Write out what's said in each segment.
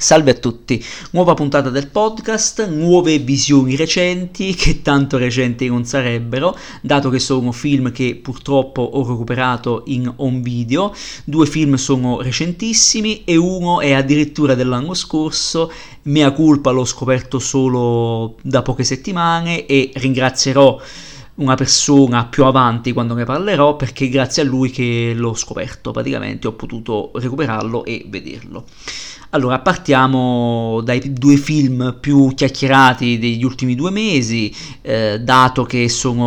Salve a tutti, nuova puntata del podcast, nuove visioni recenti, che tanto recenti non sarebbero, dato che sono film che purtroppo ho recuperato in home video. Due film sono recentissimi e uno è addirittura dell'anno scorso. Mea culpa, l'ho scoperto solo da poche settimane e ringrazierò una persona più avanti quando ne parlerò, perché è grazie a lui che l'ho scoperto, praticamente ho potuto recuperarlo e vederlo. Allora, partiamo dai due film più chiacchierati degli ultimi 2 mesi, dato che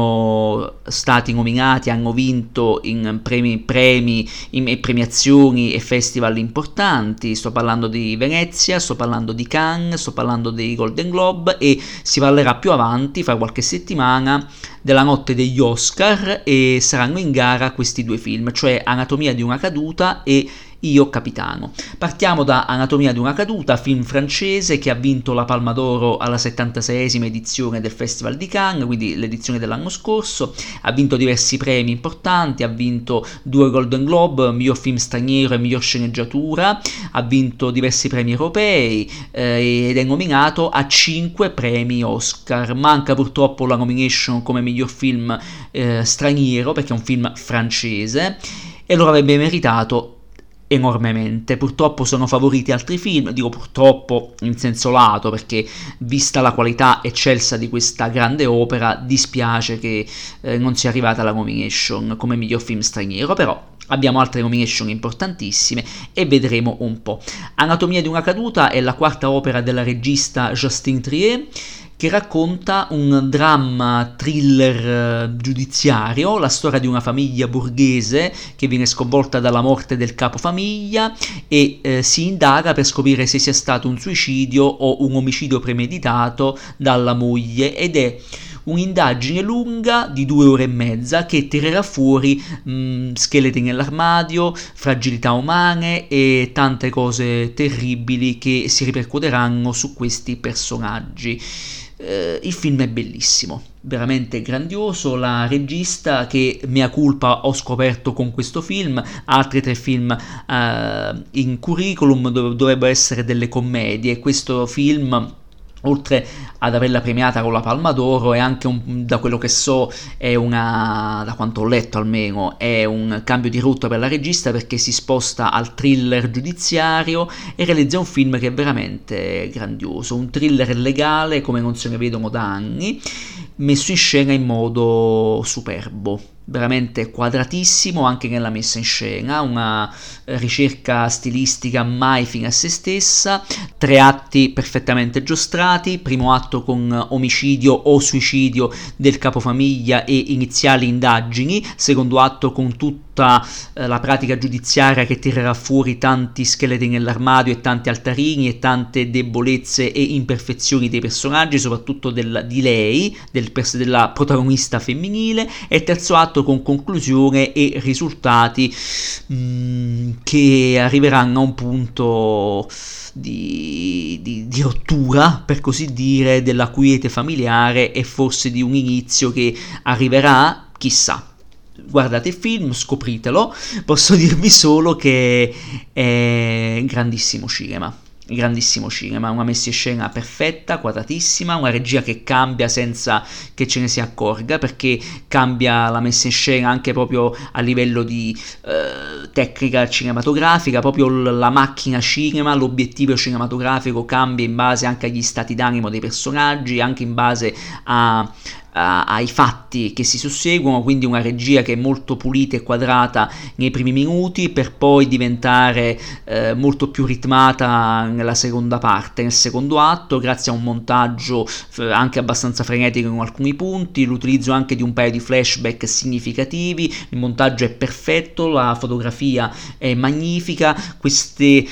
sono stati nominati, hanno vinto in premi in premiazioni e festival importanti. Sto parlando di Venezia, sto parlando di Cannes, sto parlando dei Golden Globe e si parlerà più avanti, fra qualche settimana, della notte degli Oscar, e saranno in gara questi due film, cioè Anatomia di una caduta e Io Capitano. Partiamo da Anatomia di una caduta, film francese che ha vinto la Palma d'Oro alla 76esima edizione del Festival di Cannes, quindi l'edizione dell'anno scorso. Ha vinto diversi premi importanti, ha vinto 2 Golden Globe, miglior film straniero e miglior sceneggiatura, ha vinto diversi premi europei ed è nominato a 5 premi Oscar. Manca purtroppo la nomination come miglior film straniero, perché è un film francese e lo avrebbe meritato enormemente. Purtroppo sono favoriti altri film, dico purtroppo in senso lato, perché vista la qualità eccelsa di questa grande opera dispiace che non sia arrivata la nomination come miglior film straniero, però abbiamo altre nomination importantissime e vedremo un po'. Anatomia di una caduta è la quarta opera della regista Justine Triet, che racconta un dramma thriller giudiziario, la storia di una famiglia borghese che viene sconvolta dalla morte del capofamiglia e si indaga per scoprire se sia stato un suicidio o un omicidio premeditato dalla moglie, ed è un'indagine lunga di 2 ore e mezza che tirerà fuori scheletri nell'armadio, fragilità umane e tante cose terribili che si ripercuoteranno su questi personaggi. Il film è bellissimo, veramente grandioso. La regista, che mea culpa ho scoperto con questo film, altri 3 film in curriculum dovrebbero essere delle commedie. Questo film, oltre ad averla premiata con la Palma d'Oro, è anche da quello che so, da quanto ho letto almeno, è un cambio di rotta per la regista, perché si sposta al thriller giudiziario e realizza un film che è veramente grandioso, un thriller legale come non se ne vedono da anni, messo in scena in modo superbo, veramente quadratissimo anche nella messa in scena, una ricerca stilistica mai fine a se stessa, 3 atti perfettamente giostrati, primo atto con omicidio o suicidio del capofamiglia e iniziali indagini, secondo atto con tutta la pratica giudiziaria che tirerà fuori tanti scheletri nell'armadio e tanti altarini e tante debolezze e imperfezioni dei personaggi, soprattutto di lei, della protagonista femminile, e terzo atto con conclusione e risultati che arriveranno a un punto di rottura, per così dire, della quiete familiare e forse di un inizio che arriverà, chissà. Guardate il film, scopritelo. Posso dirvi solo che è grandissimo cinema, una messa in scena perfetta, quadratissima, una regia che cambia senza che ce ne si accorga, perché cambia la messa in scena anche proprio a livello di tecnica cinematografica, proprio la macchina cinema, l'obiettivo cinematografico cambia in base anche agli stati d'animo dei personaggi, anche in base ai fatti che si susseguono, quindi una regia che è molto pulita e quadrata nei primi minuti, per poi diventare molto più ritmata nella seconda parte, nel secondo atto, grazie a un montaggio anche abbastanza frenetico in alcuni punti, l'utilizzo anche di un paio di flashback significativi. Il montaggio è perfetto, la fotografia è magnifica, queste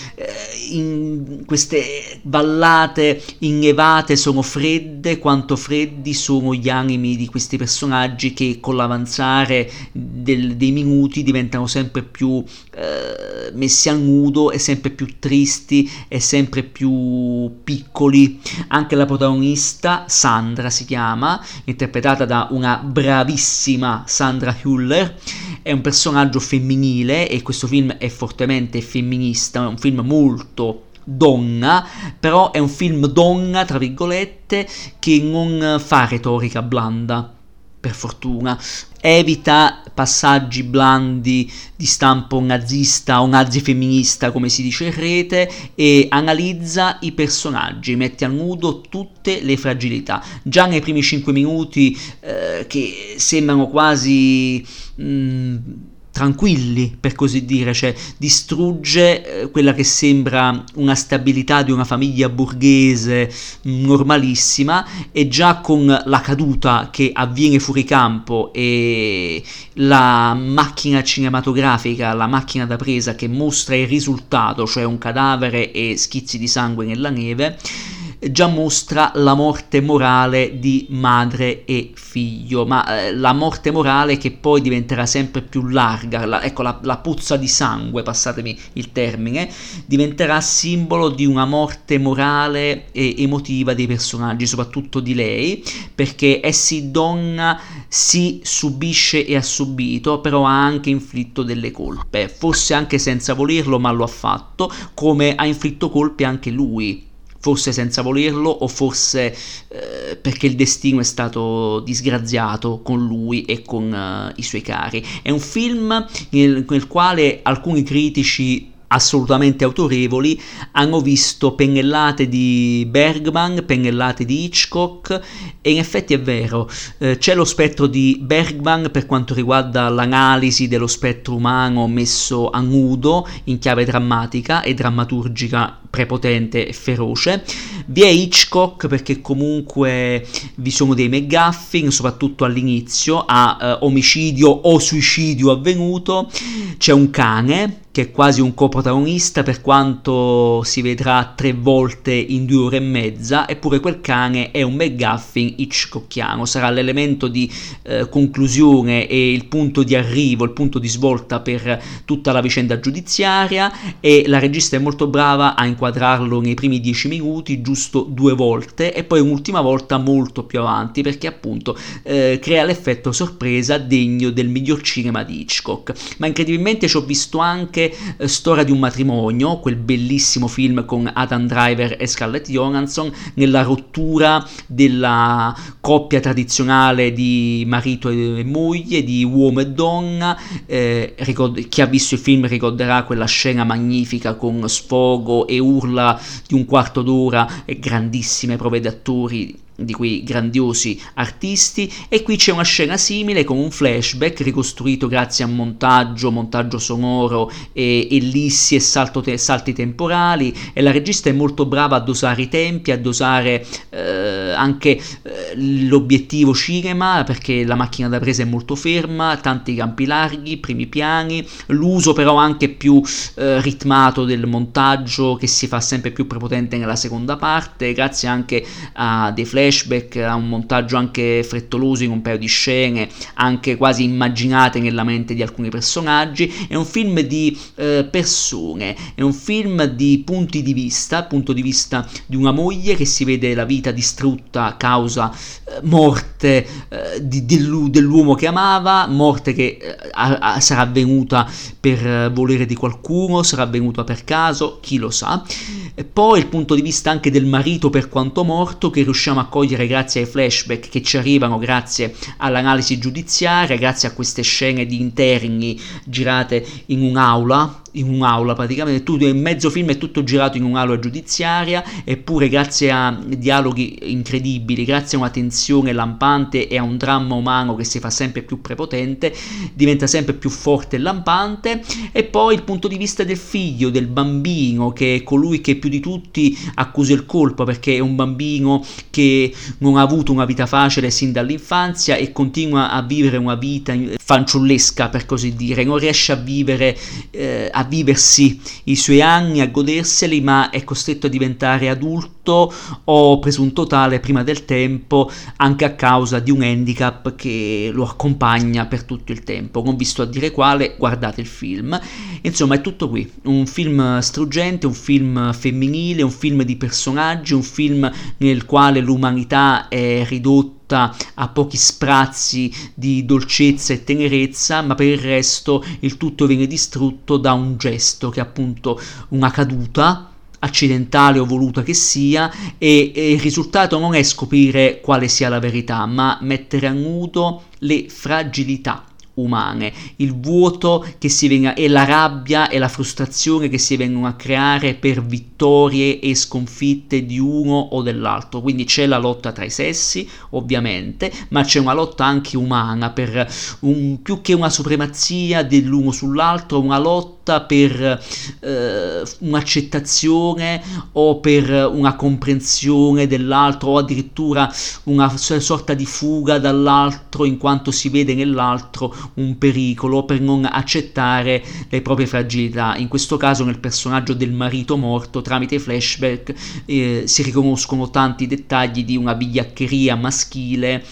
ballate innevate sono fredde quanto freddi sono gli anni di questi personaggi, che con l'avanzare dei minuti diventano sempre più messi a nudo e sempre più tristi e sempre più piccoli. Anche la protagonista, Sandra si chiama, interpretata da una bravissima Sandra Hüller, è un personaggio femminile e questo film è fortemente femminista, è un film molto donna, però è un film donna, tra virgolette, che non fa retorica blanda, per fortuna. Evita passaggi blandi di stampo nazista o nazifemminista, come si dice in rete, e analizza i personaggi, mette a nudo tutte le fragilità. Già nei primi 5 minuti, che sembrano quasi tranquilli, per così dire, cioè distrugge quella che sembra una stabilità di una famiglia borghese normalissima, e già con la caduta che avviene fuori campo e la macchina cinematografica, la macchina da presa che mostra il risultato, cioè un cadavere e schizzi di sangue nella neve, già mostra la morte morale di madre e figlio, ma la morte morale che poi diventerà sempre più larga, la puzza di sangue, passatemi il termine, diventerà simbolo di una morte morale e emotiva dei personaggi, soprattutto di lei, perché è sì donna, si subisce e ha subito, però ha anche inflitto delle colpe, forse anche senza volerlo, ma lo ha fatto, come ha inflitto colpe anche lui, forse senza volerlo, o forse perché il destino è stato disgraziato con lui e con i suoi cari. È un film nel quale alcuni critici assolutamente autorevoli hanno visto pennellate di Bergman, pennellate di Hitchcock, e in effetti è vero, c'è lo spettro di Bergman per quanto riguarda l'analisi dello spettro umano messo a nudo in chiave drammatica e drammaturgica prepotente e feroce. Vi è Hitchcock perché comunque vi sono dei McGuffin, soprattutto all'inizio, a omicidio o suicidio avvenuto, c'è un cane che è quasi un coprotagonista, per quanto si vedrà 3 volte in 2 ore e mezza, eppure quel cane è un McGuffin hitchcockiano, sarà l'elemento di conclusione e il punto di arrivo, il punto di svolta per tutta la vicenda giudiziaria, e la regista è molto brava a inquadrarlo nei primi 10 minuti, giusto 2 volte, e poi un'ultima volta molto più avanti, perché appunto crea l'effetto sorpresa degno del miglior cinema di Hitchcock. Ma incredibilmente ci ho visto anche Storia di un matrimonio, quel bellissimo film con Adam Driver e Scarlett Johansson, nella rottura della coppia tradizionale di marito e moglie, di uomo e donna. Chi ha visto il film ricorderà quella scena magnifica con sfogo e urla di un quarto d'ora e grandissime prove di attori di quei grandiosi artisti, e qui c'è una scena simile con un flashback ricostruito grazie a montaggio sonoro e ellissi e salti temporali, e la regista è molto brava a dosare i tempi, a dosare anche l'obiettivo cinema, perché la macchina da presa è molto ferma, tanti campi larghi, primi piani, l'uso però anche più ritmato del montaggio che si fa sempre più prepotente nella seconda parte, grazie anche a dei flashback, a un montaggio anche frettoloso in un paio di scene, anche quasi immaginate nella mente di alcuni personaggi. È un film di persone, è un film di punto di vista di una moglie che si vede la vita distrutta a causa morte dell'uomo che amava, morte che sarà avvenuta per volere di qualcuno, sarà avvenuta per caso, chi lo sa. E poi il punto di vista anche del marito per quanto morto, che riusciamo a cogliere grazie ai flashback che ci arrivano grazie all'analisi giudiziaria, grazie a queste scene di interni girate in un'aula praticamente, tutto il mezzo film è tutto girato in un'aula giudiziaria, eppure grazie a dialoghi incredibili, grazie a una tensione lampante e a un dramma umano che si fa sempre più prepotente, diventa sempre più forte e lampante. E poi il punto di vista del figlio, del bambino, che è colui che più di tutti accusa il colpo, perché è un bambino che non ha avuto una vita facile sin dall'infanzia e continua a vivere una vita fanciullesca, per così dire, non riesce a vivere a viversi i suoi anni, a goderseli, ma è costretto a diventare adulto o presunto tale prima del tempo, anche a causa di un handicap che lo accompagna per tutto il tempo. Non vi sto a dire quale, guardate il film. Insomma, è tutto qui, un film struggente, un film femminile, un film di personaggi, un film nel quale l'umanità è ridotta a pochi sprazzi di dolcezza e tenerezza, ma per il resto il tutto viene distrutto da un gesto che è appunto una caduta accidentale o voluta che sia, e il risultato non è scoprire quale sia la verità, ma mettere a nudo le fragilità umane, il vuoto che si venga, e la rabbia e la frustrazione che si vengono a creare per vittorie e sconfitte di uno o dell'altro. Quindi c'è la lotta tra i sessi, ovviamente, ma c'è una lotta anche umana per più che una supremazia dell'uno sull'altro, una lotta per un'accettazione o per una comprensione dell'altro, o addirittura una sorta di fuga dall'altro in quanto si vede nell'altro un pericolo, per non accettare le proprie fragilità. In questo caso nel personaggio del marito morto, tramite flashback si riconoscono tanti dettagli di una vigliaccheria maschile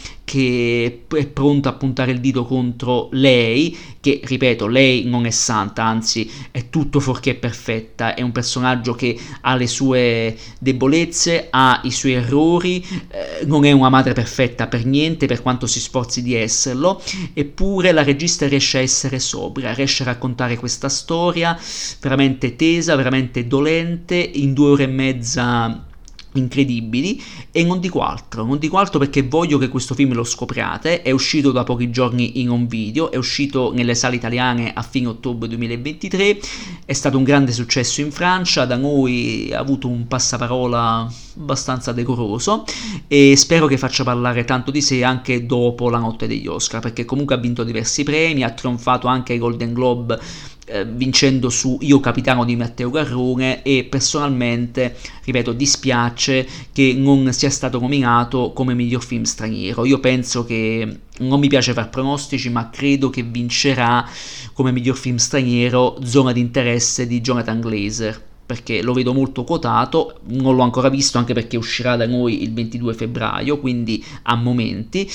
che è pronta a puntare il dito contro lei, che, ripeto, lei non è santa, anzi è tutto fuorché perfetta, è un personaggio che ha le sue debolezze, ha i suoi errori, non è una madre perfetta per niente, per quanto si sforzi di esserlo, eppure la regista riesce a essere sobria, riesce a raccontare questa storia veramente tesa, veramente dolente, in 2 ore e mezza incredibili. E non dico altro perché voglio che questo film lo scopriate. È uscito da pochi giorni in home video, è uscito nelle sale italiane a fine ottobre 2023, è stato un grande successo in Francia, da noi ha avuto un passaparola abbastanza decoroso e spero che faccia parlare tanto di sé anche dopo la notte degli Oscar, perché comunque ha vinto diversi premi, ha trionfato anche ai Golden Globe vincendo su Io Capitano di Matteo Garrone, e personalmente, ripeto, dispiace che non sia stato nominato come miglior film straniero. Io penso che, non mi piace far pronostici, ma credo che vincerà come miglior film straniero Zona di interesse di Jonathan Glazer, perché lo vedo molto quotato. Non l'ho ancora visto, anche perché uscirà da noi il 22 febbraio, quindi a momenti.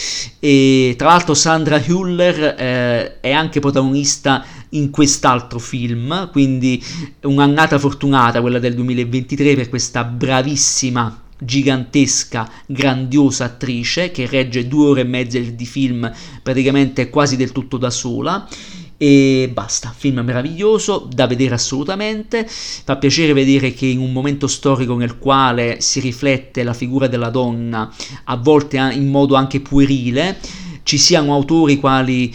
E tra l'altro Sandra Hüller è anche protagonista in quest'altro film, quindi un'annata fortunata quella del 2023 per questa bravissima, gigantesca, grandiosa attrice che regge 2 ore e mezza di film praticamente quasi del tutto da sola. E basta, film meraviglioso da vedere assolutamente. Fa piacere vedere che in un momento storico nel quale si riflette la figura della donna, a volte in modo anche puerile, ci siano autori quali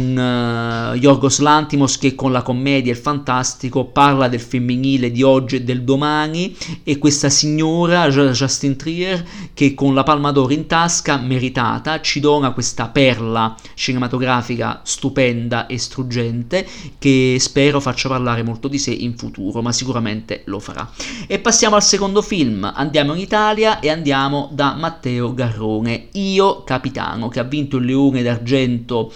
un Yorgos Lanthimos che con la commedia e il fantastico parla del femminile di oggi e del domani, e questa signora Justine Trier che con la Palma d'Oro in tasca, meritata, ci dona questa perla cinematografica stupenda e struggente, che spero faccia parlare molto di sé in futuro, ma sicuramente lo farà. E passiamo al secondo film, andiamo in Italia e andiamo da Matteo Garrone, Io Capitano, che ha vinto il Leone d'Argento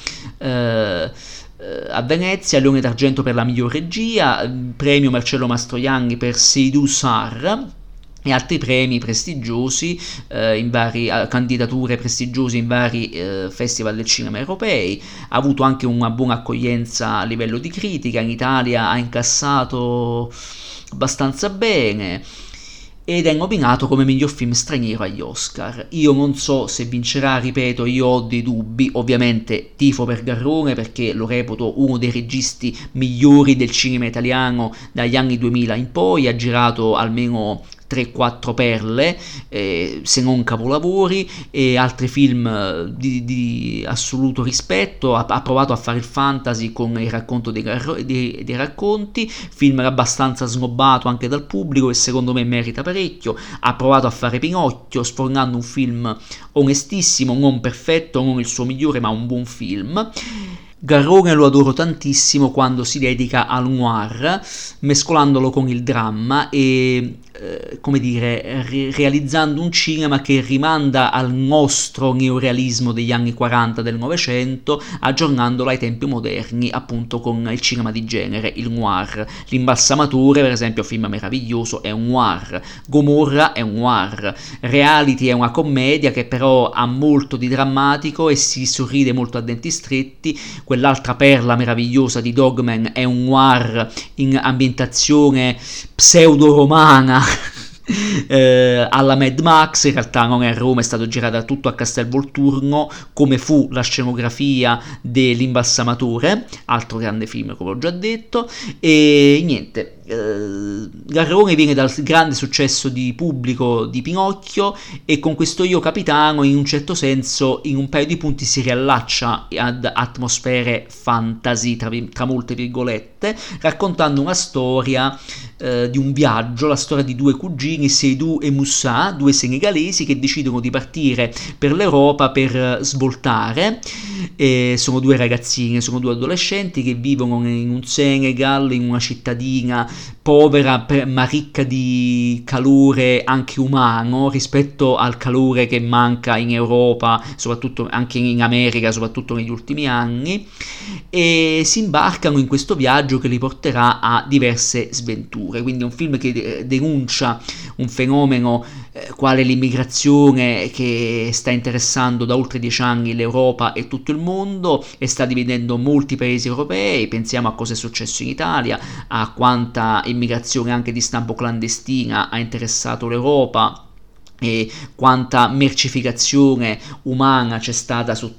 a Venezia, Leone d'Argento per la miglior regia, premio Marcello Mastroianni per Seydou Sarr e altri premi prestigiosi in varie candidature prestigiose in vari festival del cinema europei. Ha avuto anche una buona accoglienza a livello di critica, in Italia ha incassato abbastanza bene ed è nominato come miglior film straniero agli Oscar. Io non so se vincerà, ripeto, io ho dei dubbi, ovviamente tifo per Garrone perché lo reputo uno dei registi migliori del cinema italiano dagli anni 2000 in poi, ha girato almeno 3-4 perle, se non capolavori, e altri film di assoluto rispetto. Ha provato a fare il fantasy con il racconto dei racconti, film abbastanza snobbato anche dal pubblico e secondo me merita parecchio. Ha provato a fare Pinocchio, sfornando un film onestissimo, non perfetto, non il suo migliore, ma un buon film. Garrone lo adoro tantissimo quando si dedica al noir, mescolandolo con il dramma e come dire, realizzando un cinema che rimanda al nostro neorealismo degli anni 40 del Novecento, aggiornandolo ai tempi moderni, appunto con il cinema di genere, il noir. L'Imbalsamatore, per esempio, film meraviglioso, è un noir. Gomorra è un noir. Reality è una commedia che però ha molto di drammatico e si sorride molto a denti stretti. Quell'altra perla meravigliosa di Dogman è un noir in ambientazione pseudo-romana alla Mad Max. In realtà non è a Roma, è stato girato tutto a Castelvolturno, come fu la scenografia dell'Imbalsamatore, altro grande film come ho già detto. E niente, Garrone viene dal grande successo di pubblico di Pinocchio e con questo Io Capitano in un certo senso in un paio di punti si riallaccia ad atmosfere fantasy tra molte virgolette, raccontando una storia di un viaggio, la storia di due cugini, Seydou e Moussa, due senegalesi che decidono di partire per l'Europa per svoltare. Sono due ragazzini, sono due adolescenti che vivono in un Senegal, in una cittadina povera ma ricca di calore anche umano rispetto al calore che manca in Europa, soprattutto anche in America, soprattutto negli ultimi anni, e si imbarcano in questo viaggio che li porterà a diverse sventure. Quindi è un film che denuncia un fenomeno quale l'immigrazione che sta interessando da oltre 10 anni l'Europa e tutto il mondo e sta dividendo molti paesi europei. Pensiamo a cosa è successo in Italia, a quanta immigrazione anche di stampo clandestina ha interessato l'Europa e quanta mercificazione umana c'è stata su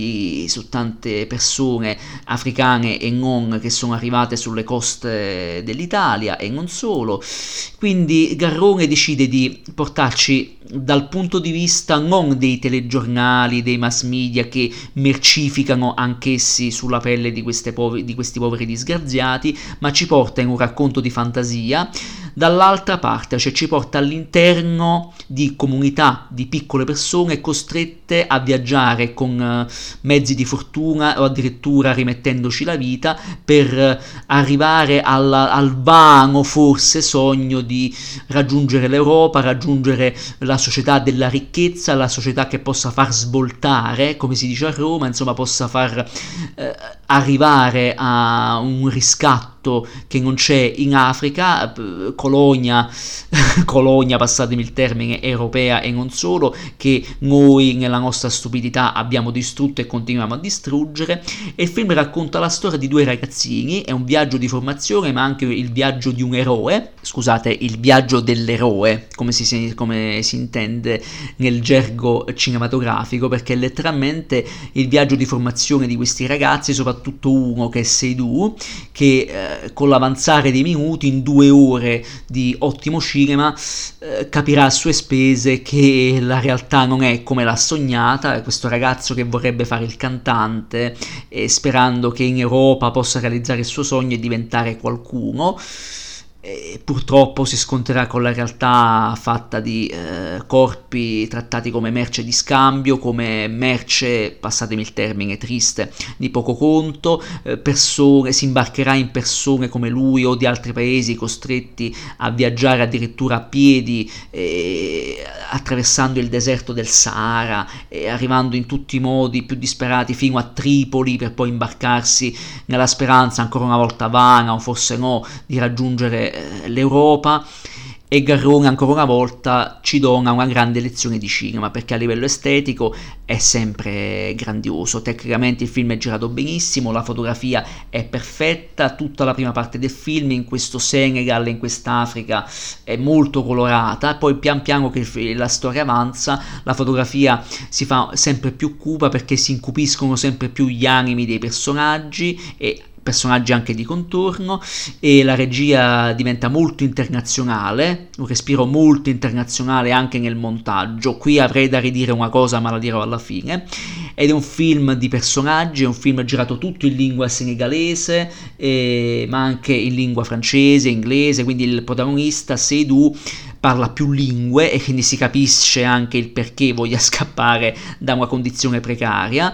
tante persone africane e non che sono arrivate sulle coste dell'Italia e non solo. Quindi Garrone decide di portarci dal punto di vista non dei telegiornali, dei mass media che mercificano anch'essi sulla pelle di questi poveri disgraziati, ma ci porta in un racconto di fantasia dall'altra parte, cioè ci porta all'interno di comunità di piccole persone costrette a viaggiare con mezzi di fortuna o addirittura rimettendoci la vita per arrivare al vano forse sogno di raggiungere l'Europa, raggiungere la società della ricchezza, la società che possa far svoltare, come si dice a Roma, insomma possa far arrivare a un riscatto che non c'è in Africa, colonia, passatemi il termine, europea e non solo, che noi nella nostra stupidità abbiamo distrutto e continuiamo a distruggere. E il film racconta la storia di due ragazzini, è un viaggio di formazione ma anche il viaggio di un eroe, scusate, il viaggio dell'eroe, come si intende nel gergo cinematografico, perché è letteralmente il viaggio di formazione di questi ragazzi, soprattutto uno che è Seydou, che con l'avanzare dei minuti, in 2 ore di ottimo cinema, capirà a sue spese che la realtà non è come l'ha sognata. Questo ragazzo che vorrebbe fare il cantante sperando che in Europa possa realizzare il suo sogno e diventare qualcuno, purtroppo si scontrerà con la realtà fatta di corpi trattati come merce di scambio, come merce, passatemi il termine triste, di poco conto, si imbarcherà in persone come lui o di altri paesi costretti a viaggiare addirittura a piedi, attraversando il deserto del Sahara, arrivando in tutti i modi più disperati fino a Tripoli per poi imbarcarsi nella speranza, ancora una volta vana o forse no, di raggiungere l'Europa. E Garrone ancora una volta ci dona una grande lezione di cinema, perché a livello estetico è sempre grandioso. Tecnicamente il film è girato benissimo, la fotografia è perfetta, tutta la prima parte del film in questo Senegal, in quest'Africa, è molto colorata. Poi pian piano che la storia avanza, la fotografia si fa sempre più cupa perché si incupiscono sempre più gli animi dei personaggi e personaggi anche di contorno, e la regia diventa molto internazionale, un respiro molto internazionale anche nel montaggio. Qui avrei da ridire una cosa ma la dirò alla fine. Ed è un film di personaggi, è un film girato tutto in lingua senegalese ma anche in lingua francese, inglese, quindi il protagonista Seydou parla più lingue e quindi si capisce anche il perché voglia scappare da una condizione precaria.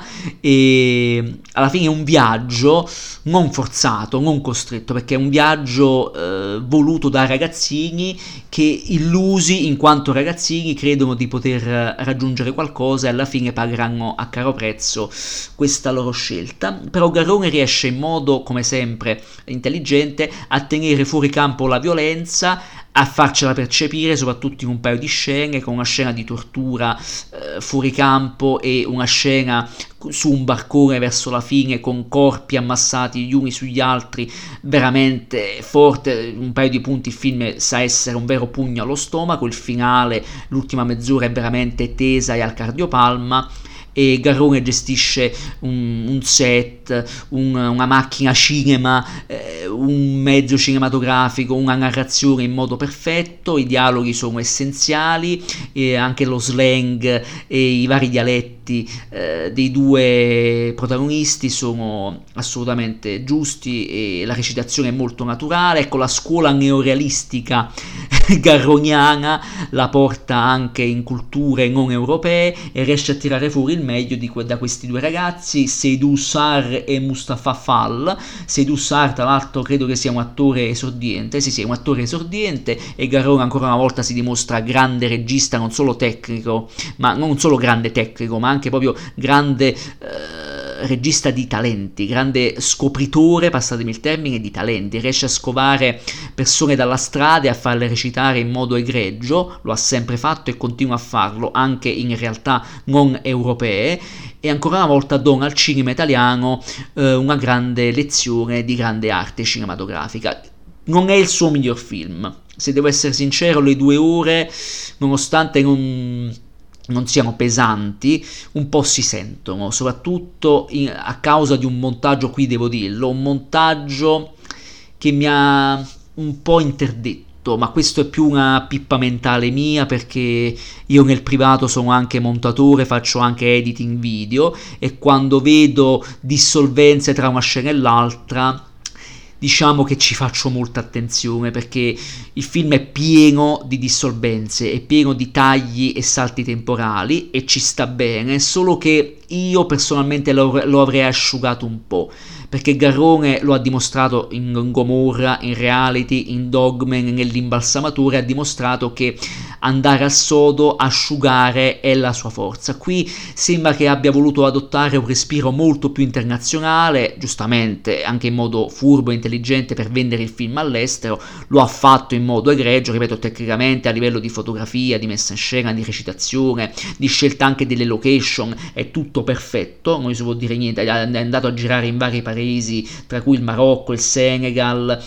E alla fine è un viaggio non forzato, non costretto, perché è un viaggio voluto da ragazzini che, illusi in quanto ragazzini, credono di poter raggiungere qualcosa e alla fine pagheranno a caro prezzo questa loro scelta. Però Garrone riesce in modo, come sempre, intelligente a tenere fuori campo la violenza, a farcela percepire soprattutto in un paio di scene, con una scena di tortura fuori campo e una scena su un barcone verso la fine con corpi ammassati gli uni sugli altri, veramente forte. Un paio di punti il film sa essere un vero pugno allo stomaco, il finale, l'ultima mezz'ora è veramente tesa e al cardiopalma. e Garrone gestisce un set, una macchina cinema, un mezzo cinematografico, una narrazione in modo perfetto, i dialoghi sono essenziali, e anche lo slang e i vari dialetti dei due protagonisti sono assolutamente giusti e la recitazione è molto naturale. Ecco, la scuola neorealistica garroniana la porta anche in culture non europee e riesce a tirare fuori il meglio da questi due ragazzi, Seydou Sarr e Mustapha Fall. Seydou Sarr, tra l'altro, credo che sia un attore esordiente, sì, è un attore esordiente, e Garrone ancora una volta si dimostra grande regista, non solo tecnico, ma non solo grande tecnico, ma anche proprio grande regista di talenti, grande scopritore, passatemi il termine, di talenti. Riesce a scovare persone dalla strada e a farle recitare in modo egregio, lo ha sempre fatto e continua a farlo anche in realtà non europee, e ancora una volta dona al cinema italiano una grande lezione di grande arte cinematografica. Non è il suo miglior film, se devo essere sincero. Le 2 ore, nonostante non siano pesanti, un po' si sentono, soprattutto a causa di un montaggio, qui devo dirlo, un montaggio che mi ha un po' interdetto, ma questo è più una pippa mentale mia, perché io nel privato sono anche montatore, faccio anche editing video, e quando vedo dissolvenze tra una scena e l'altra, diciamo che ci faccio molta attenzione, perché il film è pieno di dissolvenze, è pieno di tagli e salti temporali, e ci sta bene, solo che io personalmente lo avrei asciugato un po', perché Garrone lo ha dimostrato in Gomorra, in Reality, in Dogman, nell'imbalsamatore, ha dimostrato che andare al sodo, asciugare è la sua forza. Qui sembra che abbia voluto adottare un respiro molto più internazionale, giustamente anche in modo furbo e intelligente per vendere il film all'estero, lo ha fatto in modo egregio, ripeto, tecnicamente, a livello di fotografia, di messa in scena, di recitazione, di scelta anche delle location, è tutto perfetto, non si può dire niente. È andato a girare in vari paesi, tra cui il Marocco, il Senegal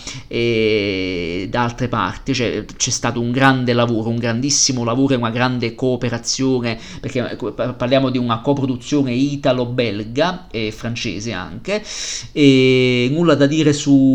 e da altre parti, cioè c'è stato un grande lavoro, un grandissimo lavoro e una grande cooperazione, perché parliamo di una coproduzione italo-belga e francese anche, e nulla da dire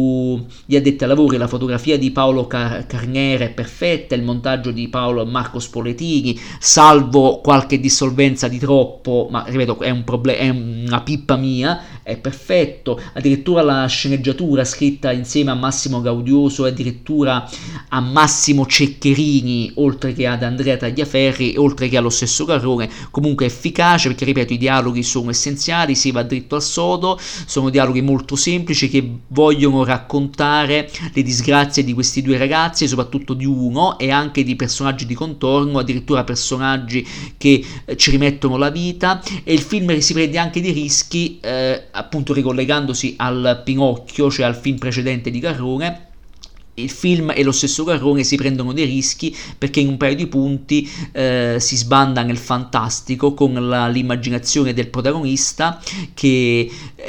sugli addetti ai lavori. La fotografia di Paolo Carnera è perfetta, il montaggio di Marco Spoletini, salvo qualche dissolvenza di troppo, ma ripeto è una pippa mia, è perfetto. Addirittura la sceneggiatura scritta insieme a Massimo Gaudioso e addirittura a Massimo Ceccherini, oltre che ad Andrea Tagliaferri e oltre che allo stesso Garrone, comunque efficace, perché ripeto i dialoghi sono essenziali, si va dritto al sodo, sono dialoghi molto semplici che vogliono raccontare le disgrazie di questi due ragazzi, soprattutto di uno, e anche di personaggi di contorno, addirittura personaggi che ci rimettono la vita, e il film si prende anche dei rischi, appunto ricollegandosi al Pinocchio, cioè al film precedente di Garrone. Il film e lo stesso Garrone si prendono dei rischi, perché in un paio di punti si sbanda nel fantastico con l'immaginazione del protagonista, che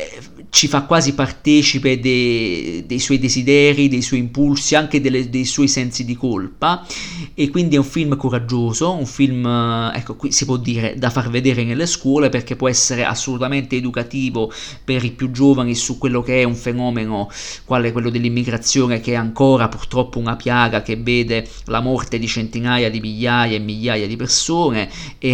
ci fa quasi partecipe dei suoi desideri, dei suoi impulsi, anche dei suoi sensi di colpa, e quindi è un film coraggioso, un film, ecco, qui si può dire da far vedere nelle scuole, perché può essere assolutamente educativo per i più giovani su quello che è un fenomeno quale quello dell'immigrazione, che è ancora purtroppo una piaga che vede la morte di centinaia di migliaia e migliaia di persone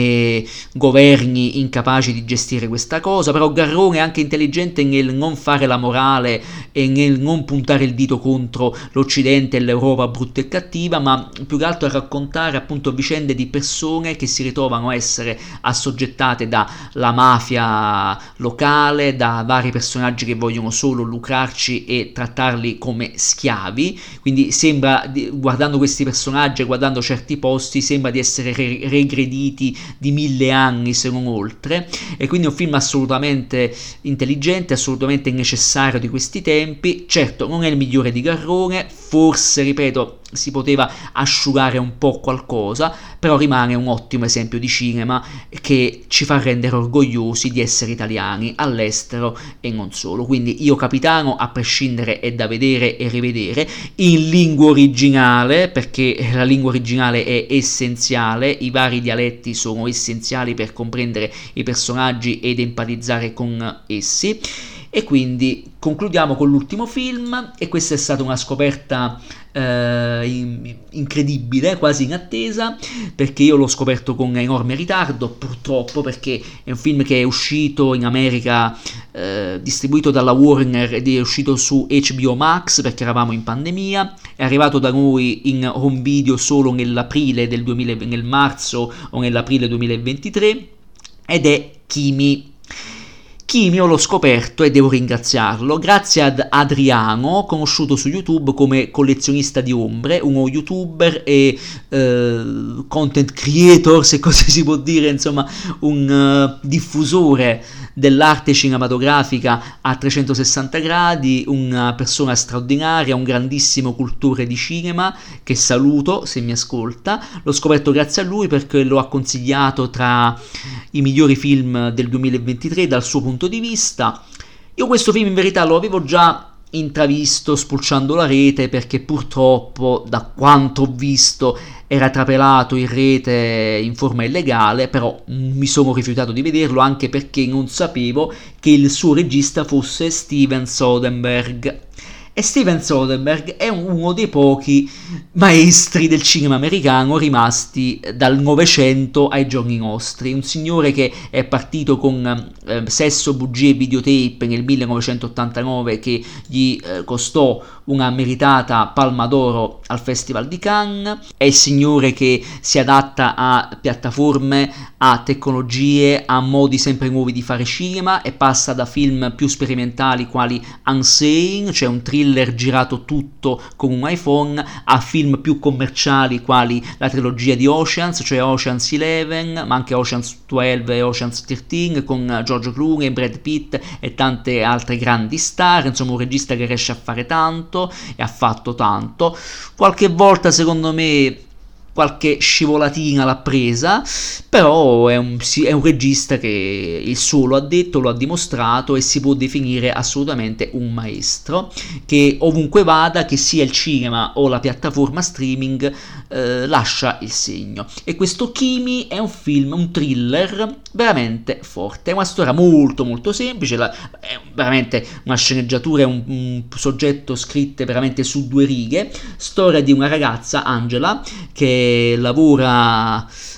e governi incapaci di gestire questa cosa. Però Garrone è anche intelligente nel non fare la morale e nel non puntare il dito contro l'Occidente e l'Europa brutta e cattiva, ma più che altro a raccontare appunto vicende di persone che si ritrovano a essere assoggettate dalla mafia locale, da vari personaggi che vogliono solo lucrarci e trattarli come schiavi. Quindi sembra, guardando questi personaggi e guardando certi posti, sembra di essere regrediti di 1000 anni se non oltre, e quindi è un film assolutamente intelligente, assolutamente necessario di questi tempi. Certo non è il migliore di Garrone, forse, ripeto, si poteva asciugare un po' qualcosa, però rimane un ottimo esempio di cinema che ci fa rendere orgogliosi di essere italiani all'estero e non solo. Quindi Io Capitano, a prescindere, è da vedere e rivedere in lingua originale, perché la lingua originale è essenziale, i vari dialetti sono essenziali per comprendere i personaggi ed empatizzare con essi. E quindi concludiamo con l'ultimo film, e questa è stata una scoperta incredibile, quasi inattesa, perché io l'ho scoperto con enorme ritardo, purtroppo, perché è un film che è uscito in America, distribuito dalla Warner, ed è uscito su HBO Max perché eravamo in pandemia, è arrivato da noi in home video solo nell'aprile del 2000, nel marzo o nell'aprile 2023, ed è Kimi. Io l'ho scoperto, e devo ringraziarlo, grazie ad Adriano, conosciuto su YouTube come Collezionista di Ombre, uno youtuber e content creator, se così si può dire, insomma un diffusore dell'arte cinematografica a 360 gradi, una persona straordinaria, un grandissimo cultore di cinema, che saluto se mi ascolta. L'ho scoperto grazie a lui perché lo ha consigliato tra i migliori film del 2023 dal suo punto di vista. Io questo film in verità lo avevo già intravisto spulciando la rete, perché purtroppo, da quanto ho visto, era trapelato in rete in forma illegale, però mi sono rifiutato di vederlo, anche perché non sapevo che il suo regista fosse Steven Soderbergh. E Steven Soderbergh è uno dei pochi maestri del cinema americano rimasti dal Novecento ai giorni nostri, un signore che è partito con Sesso, bugie e videotape nel 1989, che gli costò una meritata Palma d'Oro al Festival di Cannes. È il signore che si adatta a piattaforme, a tecnologie, a modi sempre nuovi di fare cinema, e passa da film più sperimentali quali Unsane, cioè un thriller girato tutto con un iPhone, a film più commerciali quali la trilogia di Oceans, cioè Oceans 11, ma anche Oceans 12 e Oceans 13, con George Clooney, Brad Pitt e tante altre grandi star. Insomma, un regista che riesce a fare tanto e ha fatto tanto. Qualche volta, secondo me, qualche scivolatina l'ha presa, però è un regista che il suo lo ha detto, lo ha dimostrato, e si può definire assolutamente un maestro, che ovunque vada, che sia il cinema o la piattaforma streaming, lascia il segno. E questo Kimi è un film, un thriller veramente forte, è una storia molto molto semplice, è veramente una sceneggiatura, un soggetto scritto veramente su 2 righe, storia di una ragazza, Angela, che lavora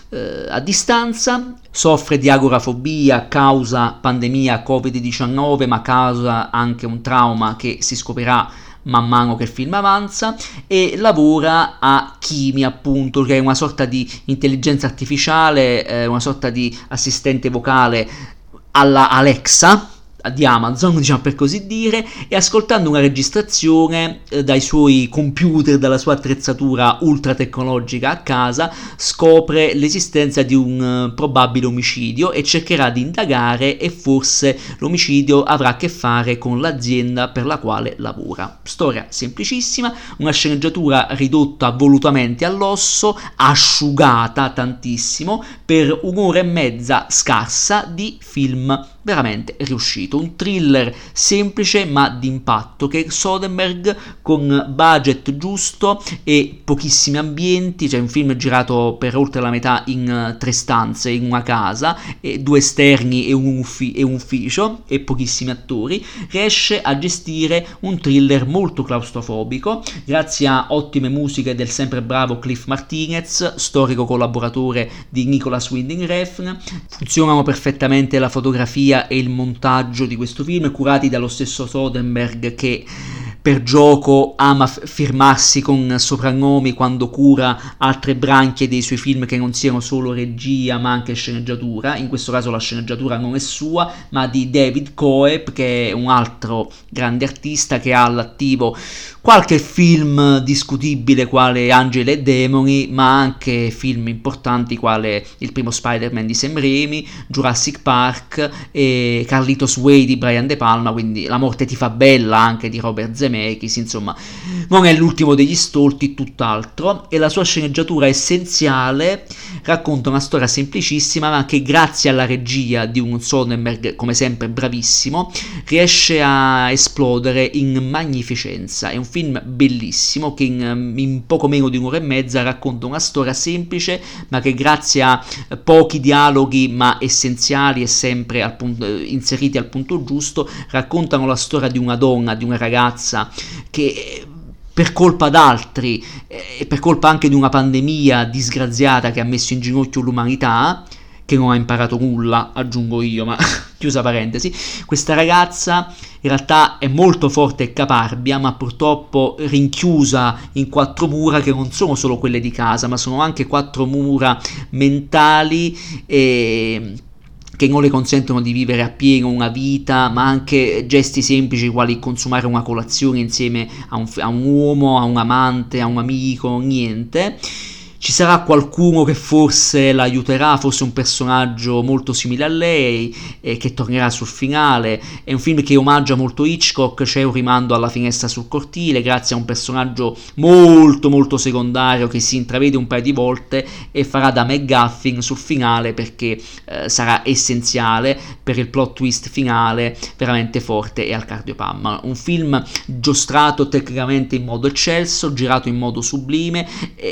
a distanza, soffre di agorafobia causa pandemia Covid-19, ma causa anche un trauma che si scoprirà man mano che il film avanza, e lavora a Kimi, appunto, che è una sorta di intelligenza artificiale, una sorta di assistente vocale alla Alexa di Amazon, diciamo, per così dire, e ascoltando una registrazione dai suoi computer, dalla sua attrezzatura ultra tecnologica a casa, scopre l'esistenza di un probabile omicidio e cercherà di indagare, e forse l'omicidio avrà a che fare con l'azienda per la quale lavora. Storia semplicissima, una sceneggiatura ridotta volutamente all'osso, asciugata tantissimo, per 1 ora e mezza scarsa di film veramente riuscito, un thriller semplice ma d'impatto, che Soderbergh, con budget giusto e pochissimi ambienti, cioè un film girato per oltre la metà in 3 stanze in una casa, e 2 esterni e un ufficio, e pochissimi attori, riesce a gestire un thriller molto claustrofobico grazie a ottime musiche del sempre bravo Cliff Martinez, storico collaboratore di Nicolas Winding Refn. Funzionano perfettamente la fotografia e il montaggio di questo film, curati dallo stesso Soderbergh, che per gioco ama firmarsi con soprannomi quando cura altre branche dei suoi film che non siano solo regia ma anche sceneggiatura. In questo caso la sceneggiatura non è sua, ma di David Coeb, che è un altro grande artista che ha all'attivo qualche film discutibile quale Angeli e Demoni, ma anche film importanti quale il primo Spider-Man di Sam Raimi, Jurassic Park e Carlitos Way di Brian De Palma, quindi La morte ti fa bella anche di Robert Zemeckis, Zemeckis, insomma non è l'ultimo degli stolti, tutt'altro, e la sua sceneggiatura essenziale racconta una storia semplicissima, ma che grazie alla regia di un Soderbergh come sempre bravissimo riesce a esplodere in magnificenza. È un film bellissimo che in poco meno di un'ora e mezza racconta una storia semplice, ma che grazie a pochi dialoghi ma essenziali e sempre inseriti al punto giusto raccontano la storia di una donna, di una ragazza che per colpa d'altri e per colpa anche di una pandemia disgraziata che ha messo in ginocchio l'umanità, che non ha imparato nulla, aggiungo io, ma chiusa parentesi, questa ragazza in realtà è molto forte e caparbia, ma purtroppo rinchiusa in 4 mura che non sono solo quelle di casa, ma sono anche 4 mura mentali e che non le consentono di vivere appieno una vita, ma anche gesti semplici quali consumare una colazione insieme a un uomo, a un amante, a un amico, niente. Ci sarà qualcuno che forse l'aiuterà, forse un personaggio molto simile a lei, che tornerà sul finale. È un film che omaggia molto Hitchcock, c'è un rimando alla finestra sul cortile, grazie a un personaggio molto molto secondario che si intravede un paio di volte e farà da McGuffin sul finale, perché sarà essenziale per il plot twist finale, veramente forte e al cardiopalma. Un film giostrato tecnicamente in modo eccelso, girato in modo sublime,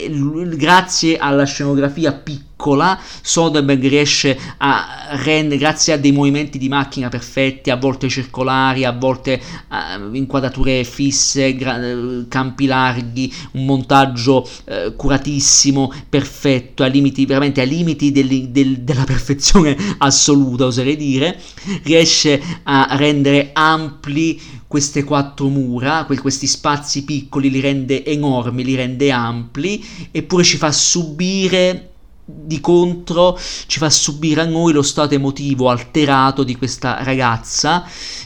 grazie alla scenografia piccola Soderbergh riesce a rendere, grazie a dei movimenti di macchina perfetti, a volte circolari, a volte inquadrature fisse, campi larghi, un montaggio curatissimo, perfetto, veramente ai limiti della perfezione assoluta, oserei dire. Riesce a rendere ampli queste 4 mura, questi spazi piccoli li rende enormi, li rende ampli, eppure ci fa subire di contro, ci fa subire a noi lo stato emotivo alterato di questa ragazza,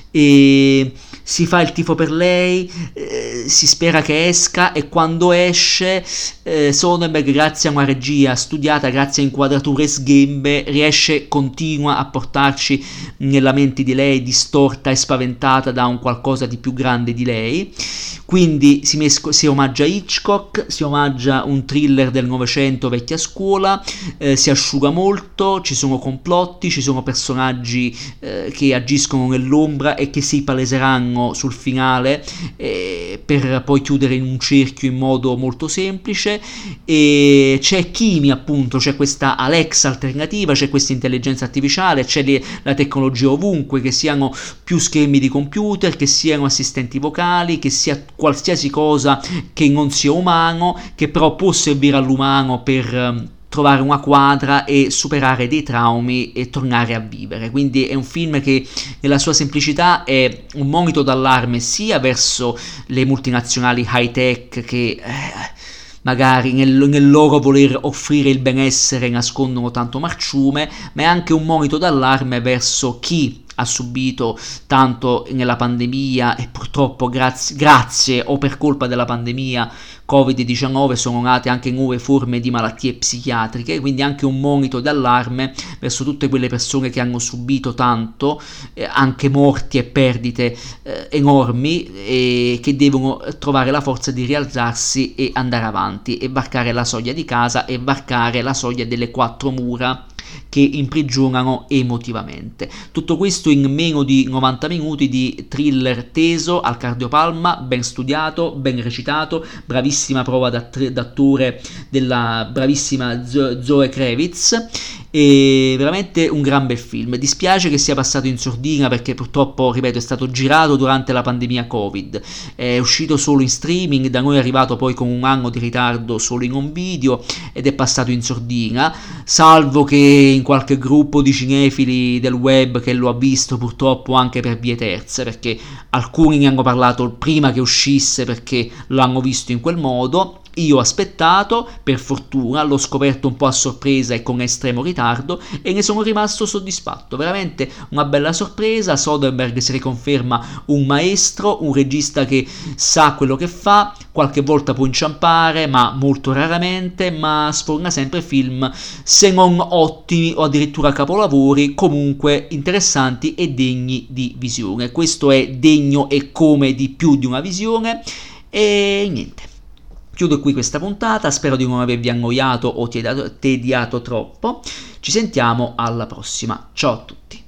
e si fa il tifo per lei, si spera che esca, e quando esce Soderbergh, grazie a una regia studiata, grazie a inquadrature sghembe, continua a portarci nella mente di lei distorta e spaventata da un qualcosa di più grande di lei. Quindi si omaggia Hitchcock, si omaggia un thriller del Novecento vecchia scuola, si asciuga molto, ci sono complotti, ci sono personaggi che agiscono nell'ombra e che si paleseranno sul finale per poi chiudere in un cerchio in modo molto semplice. E c'è Kimi, appunto, c'è questa Alexa alternativa, c'è questa intelligenza artificiale, c'è la tecnologia ovunque, che siano più schermi di computer, che siano assistenti vocali, che sia qualsiasi cosa che non sia umano, che però può servire all'umano per trovare una quadra e superare dei traumi e tornare a vivere. Quindi è un film che nella sua semplicità è un monito d'allarme sia verso le multinazionali high tech che magari nel loro voler offrire il benessere nascondono tanto marciume, ma è anche un monito d'allarme verso chi ha subito tanto nella pandemia e purtroppo grazie o per colpa della pandemia Covid-19 sono nate anche nuove forme di malattie psichiatriche, quindi anche un monito d'allarme verso tutte quelle persone che hanno subito tanto, anche morti e perdite enormi, e che devono trovare la forza di rialzarsi e andare avanti e varcare la soglia di casa e varcare la soglia delle 4 mura che imprigionano emotivamente. Tutto questo in meno di 90 minuti di thriller teso al cardiopalma, ben studiato, ben recitato, bravissima prova d'attore della bravissima Zoe Kravitz, e veramente un gran bel film. Dispiace che sia passato in sordina perché purtroppo, ripeto, è stato girato durante la pandemia Covid, è uscito solo in streaming, da noi è arrivato poi con un anno di ritardo solo in home video ed è passato in sordina, salvo che in qualche gruppo di cinefili del web che lo ha visto purtroppo anche per vie terze, perché alcuni ne hanno parlato prima che uscisse perché l'hanno visto in quel modo. Io ho aspettato, per fortuna, l'ho scoperto un po' a sorpresa e con estremo ritardo e ne sono rimasto soddisfatto. Veramente una bella sorpresa. Soderbergh si riconferma un maestro, un regista che sa quello che fa, qualche volta può inciampare, ma molto raramente, ma sforna sempre film, se non ottimi o addirittura capolavori, comunque interessanti e degni di visione. Questo è degno e come di più di una visione e niente. Chiudo qui questa puntata, spero di non avervi annoiato o tediato troppo. Ci sentiamo alla prossima. Ciao a tutti.